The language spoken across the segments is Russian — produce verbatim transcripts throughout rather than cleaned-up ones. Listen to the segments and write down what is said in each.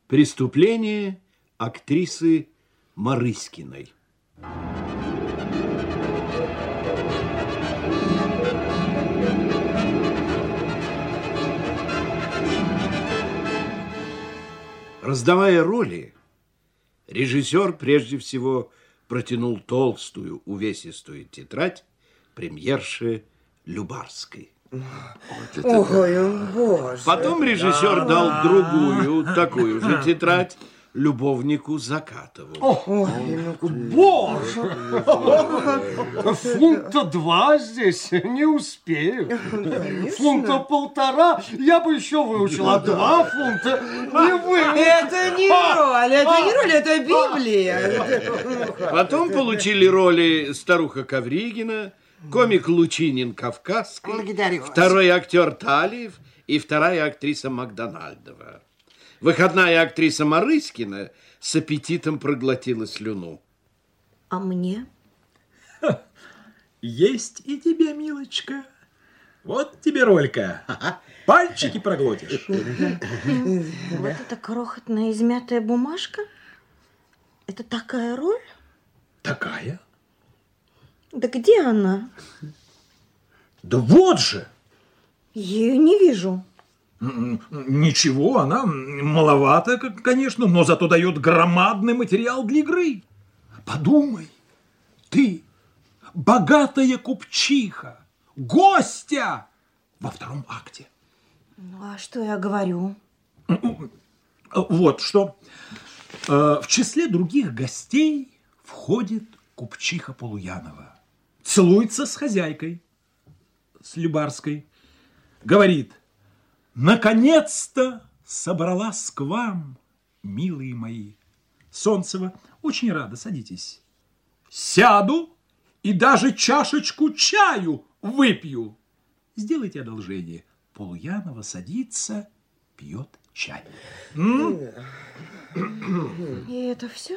Преступление актрисы Марыськиной. Раздавая роли, режиссер прежде всего протянул толстую увесистую тетрадь премьерши Любарской. Ой, боже. Потом режиссер дал другую, такую же тетрадь любовнику Закатову. Ой, боже! Фунта два здесь не успею. Фунта полтора я бы еще выучил, а два фунта не выучил. Это не роль, это не роль, это Библия. Потом получили роли старуха Ковригина, комик Лучинин Кавказский, Благодарю вас. второй актер Талиев и вторая актриса Макдональдова. Выходная актриса Марыськина с аппетитом проглотила слюну. А мне? Есть и тебе, милочка. Вот тебе ролька. Пальчики проглотишь. Вот эта крохотная измятая бумажка? Это такая роль? Такая? Да где она? Да вот же. Я ее не вижу. Ничего, она маловато, конечно, но зато дает громадный материал для игры. Подумай, ты богатая купчиха, гостя во втором акте. Ну, а что я говорю? Вот что. В числе других гостей входит купчиха Полуянова. Целуется с хозяйкой, с Любарской. Говорит: наконец-то собралась к вам, милые мои. Солнцева: очень рада, садитесь. Сяду и даже чашечку чаю выпью. Сделайте одолжение. Полуянова садится, пьет чай. М? И это все?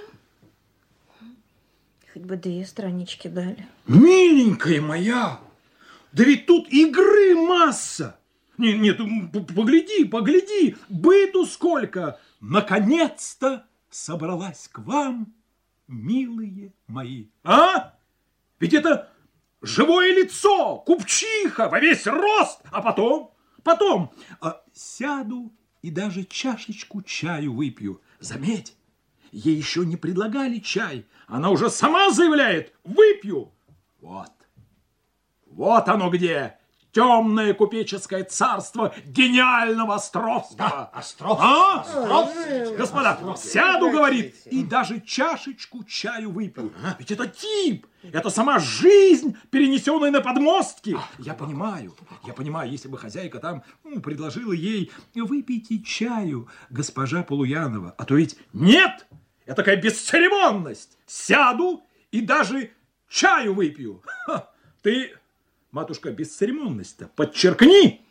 Хоть бы две странички дали. Миленькая моя, да ведь тут игры масса. Нет, нет, погляди, погляди, быту сколько. Наконец-то собралась к вам, милые мои. А? Ведь это живое лицо, купчиха во весь рост. А потом, потом а, сяду и даже чашечку чаю выпью. Заметь, ей еще не предлагали чай. Она уже сама заявляет: выпью. Вот, вот оно где. Темное купеческое царство гениального Островского. Да, Островский. А? Островский. Господа, сяду, говорит, и даже чашечку чаю выпью. Ведь это тип, это сама жизнь, перенесенная на подмостки. Я понимаю, я понимаю, если бы хозяйка там ну, предложила ей: выпейте чаю, госпожа Полуянова. А то ведь нет, это такая бесцеремонность. Сяду и даже чаю выпью. Ха, ты... Матушка, бесцеремонность-то подчеркни.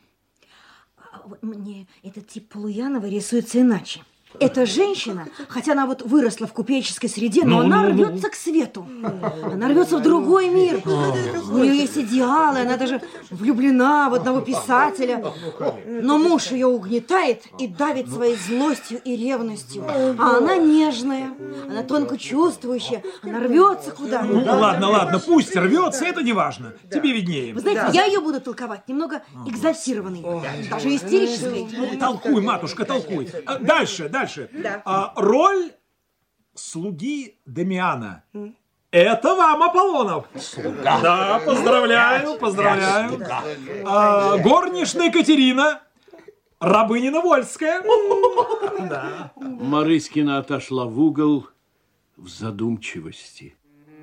Мне этот тип Полуянова рисуется иначе. Эта женщина, хотя она вот выросла в купеческой среде, но ну, она ну, рвется ну. к свету. Она рвется в другой мир. У нее есть идеалы, она даже влюблена в одного писателя. Но муж ее угнетает и давит своей злостью и ревностью. А она нежная, она тонко чувствующая, она рвется куда-то. Ну, ладно, ладно, пусть рвется, это не важно. Тебе виднее. Вы знаете, я ее буду толковать немного экзальтированной, даже истерической. Ну, толкуй, матушка, толкуй. А, Дальше, дальше. Да. А, роль слуги Дамиана. Это вам, Аполлонов. Слуга. Да, поздравляю, поздравляю. А, горничная Катерина. Рабынина Вольская. Да. Марыськина отошла в угол в задумчивости.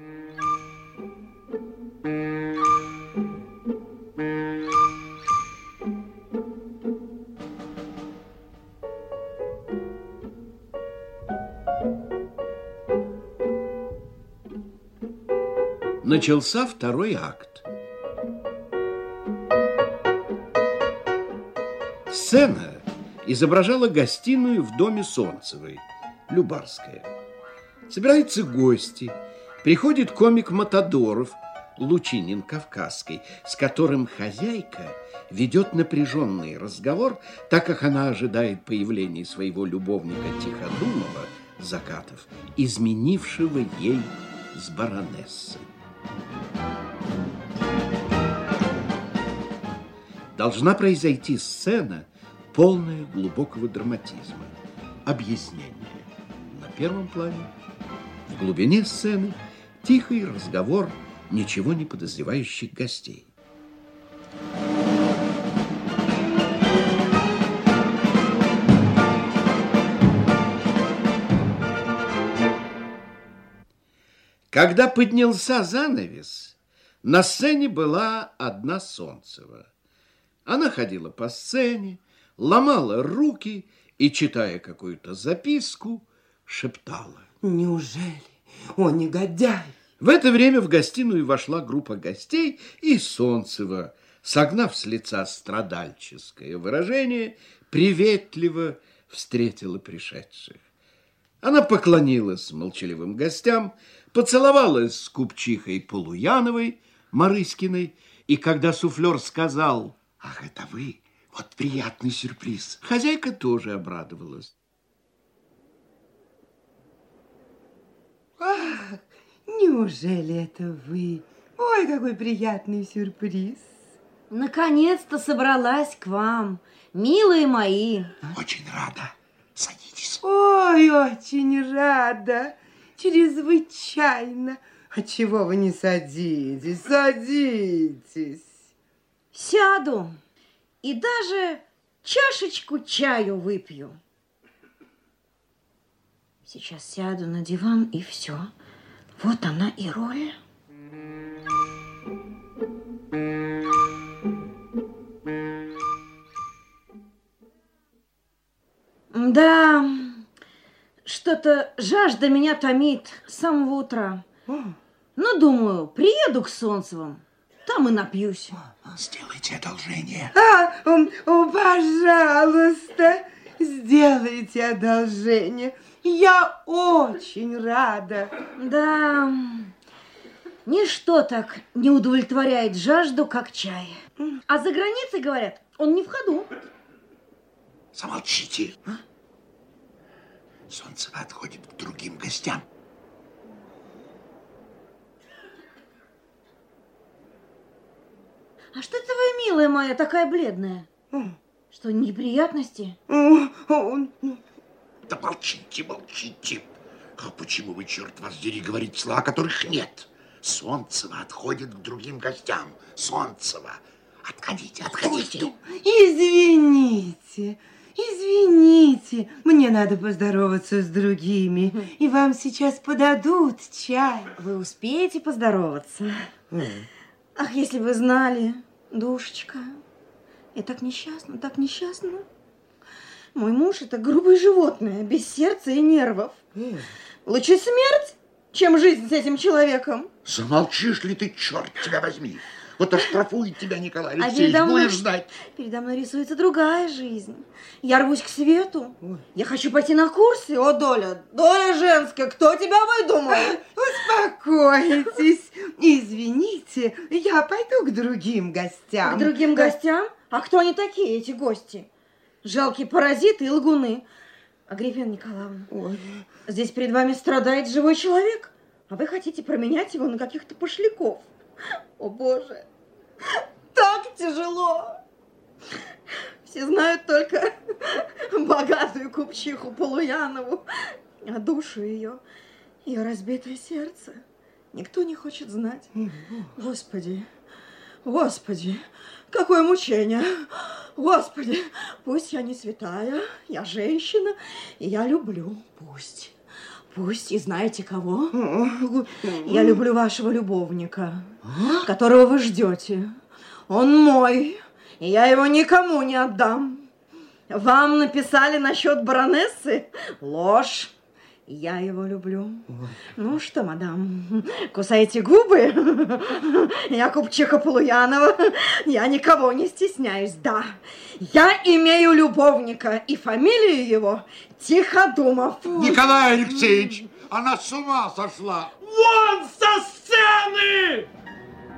Начался второй акт. Сцена изображала гостиную в доме Солнцевой, Любарская. Собираются гости, приходит комик Матадоров, Лучинин Кавказский, с которым хозяйка ведет напряженный разговор, так как она ожидает появления своего любовника Тиходумова, Закатов, изменившего ей с баронессой. Должна произойти сцена, полная глубокого драматизма. Объяснение на первом плане. В глубине сцены тихий разговор ничего не подозревающих гостей. Когда поднялся занавес, на сцене была одна Солнцева. Она ходила по сцене, ломала руки и, читая какую-то записку, шептала. Неужели? О, негодяй! В это время в гостиную вошла группа гостей, и Солнцева, согнав с лица страдальческое выражение, приветливо встретила пришедших. Она поклонилась молчаливым гостям, поцеловалась с купчихой Полуяновой, Марыськиной, и когда суфлер сказал: «Ах, это вы! Вот приятный сюрприз!» Хозяйка тоже обрадовалась. Ах, неужели это вы? Ой, какой приятный сюрприз! Наконец-то собралась к вам, милые мои. Очень рада. Садитесь. Ой, очень рада. Чрезвычайно. Отчего вы не садитесь? Садитесь. Сяду и даже чашечку чаю выпью. Сейчас сяду на диван, и все. Вот она и роль. Да, что-то жажда меня томит с самого утра. Ну, думаю, приеду к Солнцевым, там и напьюсь. Сделайте одолжение. А, о, о, пожалуйста, сделайте одолжение. Я очень рада. Да, ничто так не удовлетворяет жажду, как чай. А за границей, говорят, он не в ходу. Замолчите. А? Солнцева отходит к другим гостям. А что это вы, милая моя, такая бледная? Что, неприятности? Да молчите, молчите. А почему вы, черт вас дери, говорите слова, которых нет? Солнцева отходит к другим гостям. Солнцева. Отходите, отходите. Извините, извините. Мне надо поздороваться с другими. И вам сейчас подадут чай. Вы успеете поздороваться? Ах, если вы знали, душечка, я так несчастна, так несчастна. Мой муж – это грубое животное, без сердца и нервов. Лучше смерть, чем жизнь с этим человеком. Замолчишь ли ты, черт тебя возьми? Вот оштрафует тебя Николай А Алексеевич, передо мной, будешь знать. Передо мной рисуется другая жизнь. Я рвусь к свету. Ой. Я хочу пойти на курсы. О, Доля, Доля женская, кто тебя выдумал? Успокойтесь. Извините, я пойду к другим гостям. К другим гостям? А кто они такие, эти гости? Жалкие паразиты и лгуны. Агриппина Николаевна, Ой. Здесь перед вами страдает живой человек, а вы хотите променять его на каких-то пошляков. О, Боже, так тяжело. Все знают только богатую купчиху Полуянову, а душу ее, ее разбитое сердце никто не хочет знать. Господи, Господи, какое мучение. Господи, пусть я не святая, я женщина, и я люблю, пусть. Пусть, и знаете кого? Я люблю вашего любовника, которого вы ждете. Он мой, и я его никому не отдам. Вам написали насчет баронессы? Ложь. Я его люблю. Ой. Ну что, мадам, кусаете губы? Я купчиха Полуянова. Я никого не стесняюсь, да. Я имею любовника, и фамилию его Тиходумов. Николай Алексеевич, она с ума сошла. Вон со сцены!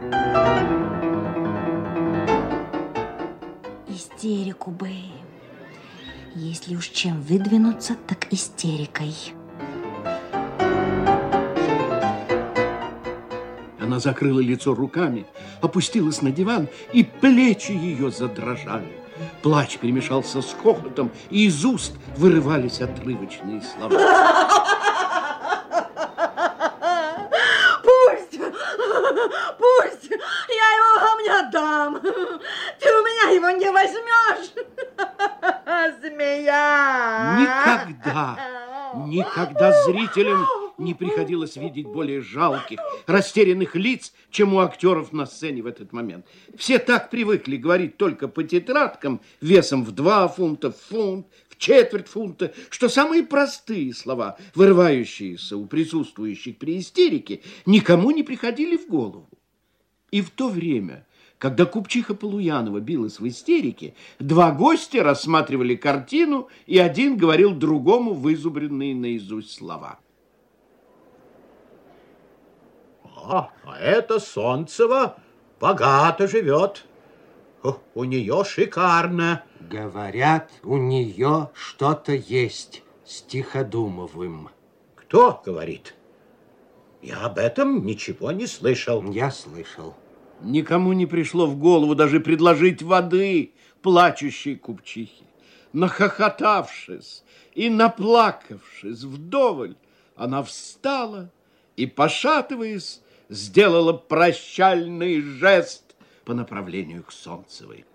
Истерику бы. Если уж чем выдвинуться, так истерикой. Она закрыла лицо руками, опустилась на диван, и плечи ее задрожали. Плач перемешался с хохотом, и из уст вырывались отрывочные слова. Пусть, пусть, я его вам не отдам. Ты у меня его не возьмешь. Змея. Никогда, никогда зрителям не приходилось видеть более жалких, растерянных лиц, чем у актеров на сцене в этот момент. Все так привыкли говорить только по тетрадкам весом в два фунта, в фунт, в четверть фунта, что самые простые слова, вырывающиеся у присутствующих при истерике, никому не приходили в голову. И в то время, когда купчиха Полуянова билась в истерике, два гостя рассматривали картину, и один говорил другому вызубренные наизусть слова. А, а это Солнцева богато живет. О, у нее шикарно. Говорят, у нее что-то есть с Тиходумовым. Кто говорит? Я об этом ничего не слышал. Я слышал. Никому не пришло в голову даже предложить воды плачущей купчихе. Нахохотавшись и наплакавшись вдоволь, она встала и, пошатываясь, сделала прощальный жест по направлению к Солнцевой.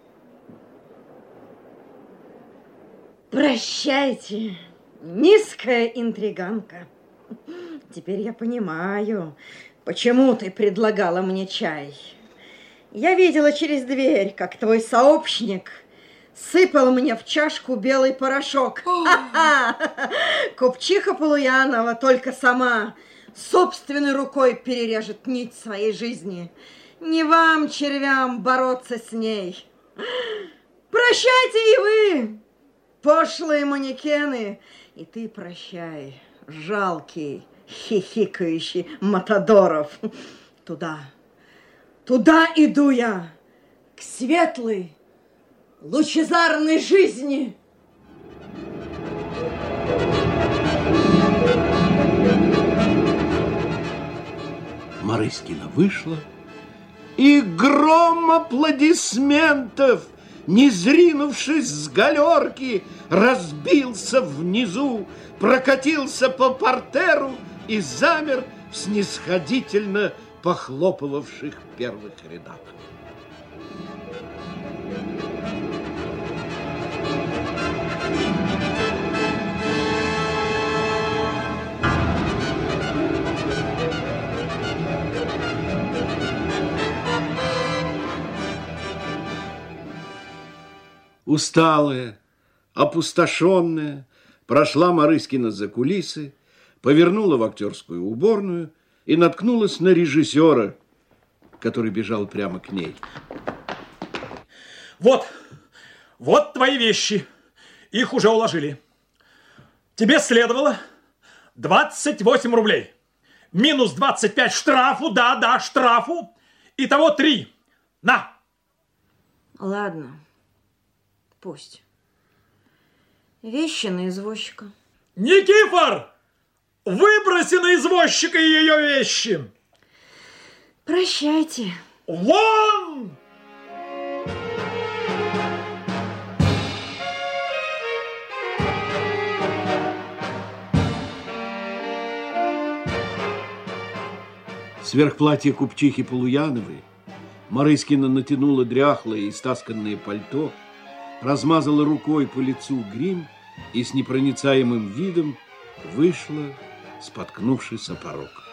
Прощайте, низкая интриганка. Теперь я понимаю, почему ты предлагала мне чай. Я видела через дверь, как твой сообщник сыпал мне в чашку белый порошок. Купчиха Полуянова только сама собственной рукой перережет нить своей жизни. Не вам, червям, бороться с ней. Прощайте и вы, пошлые манекены. И ты прощай, жалкий, хихикающий Матадоров. Туда, туда иду я, к светлой, лучезарной жизни. Марыськина вышла, и гром аплодисментов, не зринувшись с галерки, разбился внизу, прокатился по партеру и замер в снисходительно похлопывавших первых рядах. Усталая, опустошенная, прошла Марыськина за кулисы, повернула в актерскую уборную и наткнулась на режиссера, который бежал прямо к ней. Вот, вот твои вещи. Их уже уложили. Тебе следовало двадцать восемь рублей. Минус двадцать пять штрафу, да, да, штрафу. Итого три. На. Ладно. Пусть. Вещи на извозчика. Никифор! Выброси на извозчика ее вещи! Прощайте. Вон! Сверх платья купчихи Полуяновой Марыськина натянула дряхлое и стасканное пальто, размазала рукой по лицу грим и с непроницаемым видом вышла, споткнувшись о порог.